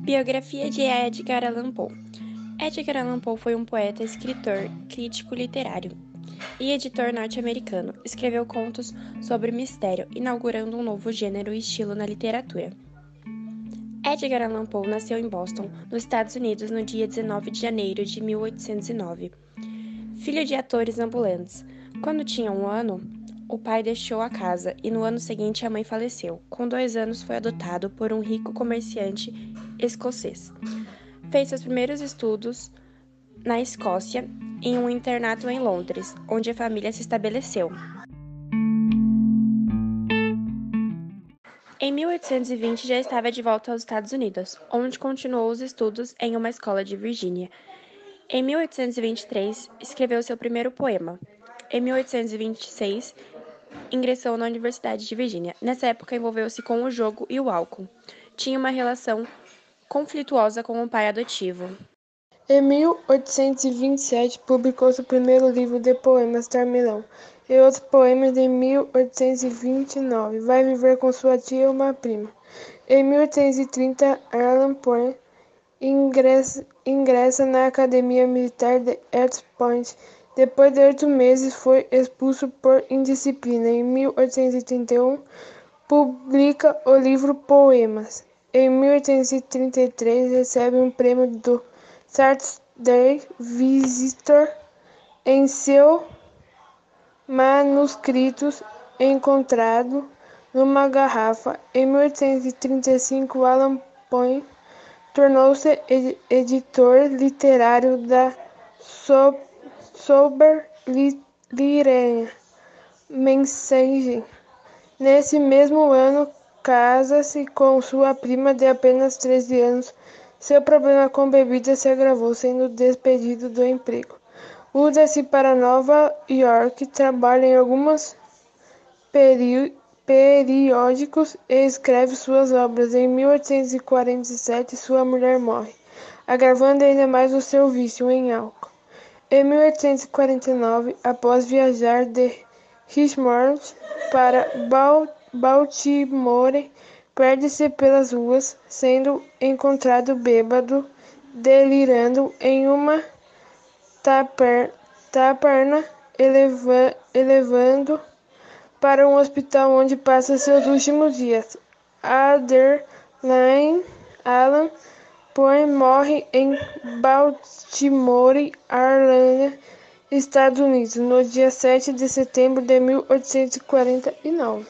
Biografia de Edgar Allan Poe. Edgar Allan Poe foi um poeta, escritor, crítico literário e editor norte-americano. Escreveu contos sobre mistério, inaugurando um novo gênero e estilo na literatura. Edgar Allan Poe nasceu em Boston, nos Estados Unidos, no dia 19 de janeiro de 1809. Filho de atores ambulantes. Quando tinha 1 ano, o pai deixou a casa e no ano seguinte a mãe faleceu. Com 2 anos foi adotado por um rico comerciante escocês. Fez seus primeiros estudos na Escócia, em um internato em Londres, onde a família se estabeleceu. Em 1820 já estava de volta aos Estados Unidos, onde continuou os estudos em uma escola de Virgínia. Em 1823, escreveu seu primeiro poema. Em 1826, ingressou na Universidade de Virgínia. Nessa época, envolveu-se com o jogo e o álcool. Tinha uma relação conflituosa com o pai adotivo. Em 1827, publicou seu primeiro livro de poemas, Tarmelão, e outros poemas em 1829. Vai viver com sua tia, uma prima. Em 1830, Allan Poe ingressa na Academia Militar de West Point. Depois de 8 meses, foi expulso por indisciplina. Em 1831, publica o livro Poemas. Em 1833, recebe um prêmio do Saturday Visitor em seu manuscritos encontrado numa garrafa. Em 1835, Allan Poe tornou-se editor literário da Sober Literary Message. Nesse mesmo ano, casa-se com sua prima de apenas 13 anos. Seu problema com bebida se agravou, sendo despedido do emprego. Muda-se para Nova York, trabalha em alguns periódicos e escreve suas obras. Em 1847, sua mulher morre, agravando ainda mais o seu vício em álcool. Em 1849, após viajar de Richmond para Baltimore, perde-se pelas ruas, sendo encontrado bêbado, delirando em uma taberna, elevando para um hospital onde passa seus últimos dias. Allan Poe morre em Baltimore, Maryland, Estados Unidos, no dia 7 de setembro de 1849.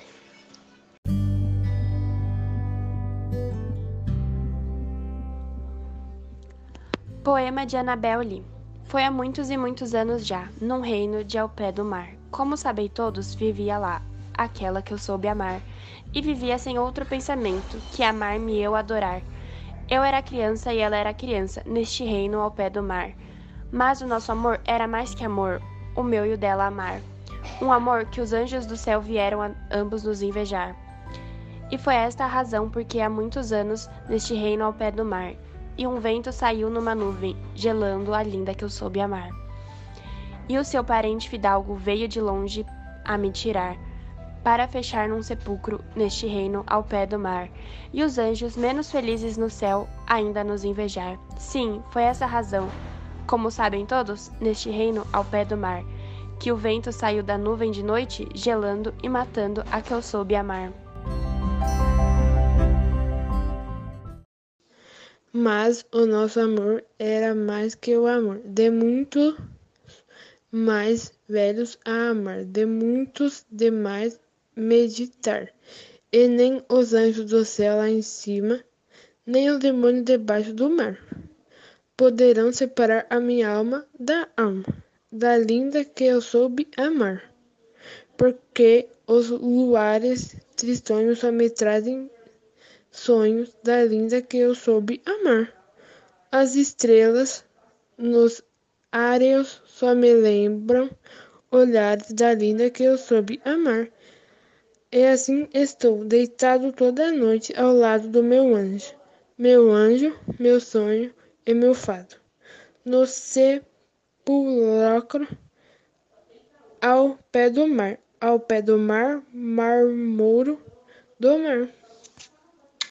Poema de Annabel Lee. Foi há muitos e muitos anos já, num reino de ao pé do mar. Como sabei todos, vivia lá, aquela que eu soube amar. E vivia sem outro pensamento, que amar-me e eu adorar. Eu era criança e ela era criança, neste reino ao pé do mar. Mas o nosso amor era mais que amor, o meu e o dela amar. Um amor que os anjos do céu vieram a ambos nos invejar. E foi esta a razão porque há muitos anos, neste reino ao pé do mar, e um vento saiu numa nuvem, gelando a linda que eu soube amar. E o seu parente fidalgo veio de longe a me tirar, para fechar num sepulcro neste reino ao pé do mar, e os anjos menos felizes no céu ainda nos invejar. Sim, foi essa a razão, como sabem todos, neste reino ao pé do mar, que o vento saiu da nuvem de noite, gelando e matando a que eu soube amar. Mas o nosso amor era mais que o amor de muitos mais velhos a amar, de muitos demais meditar, e nem os anjos do céu lá em cima, nem os demônios debaixo do mar, poderão separar a minha alma, da linda que eu soube amar, porque os luares tristonhos só me trazem sonhos da linda que eu soube amar. As estrelas nos areios só me lembram olhares da linda que eu soube amar. E assim estou, deitado toda a noite ao lado do meu anjo, meu sonho e meu fado, no sepulcro ao pé do mar, mármore do mar.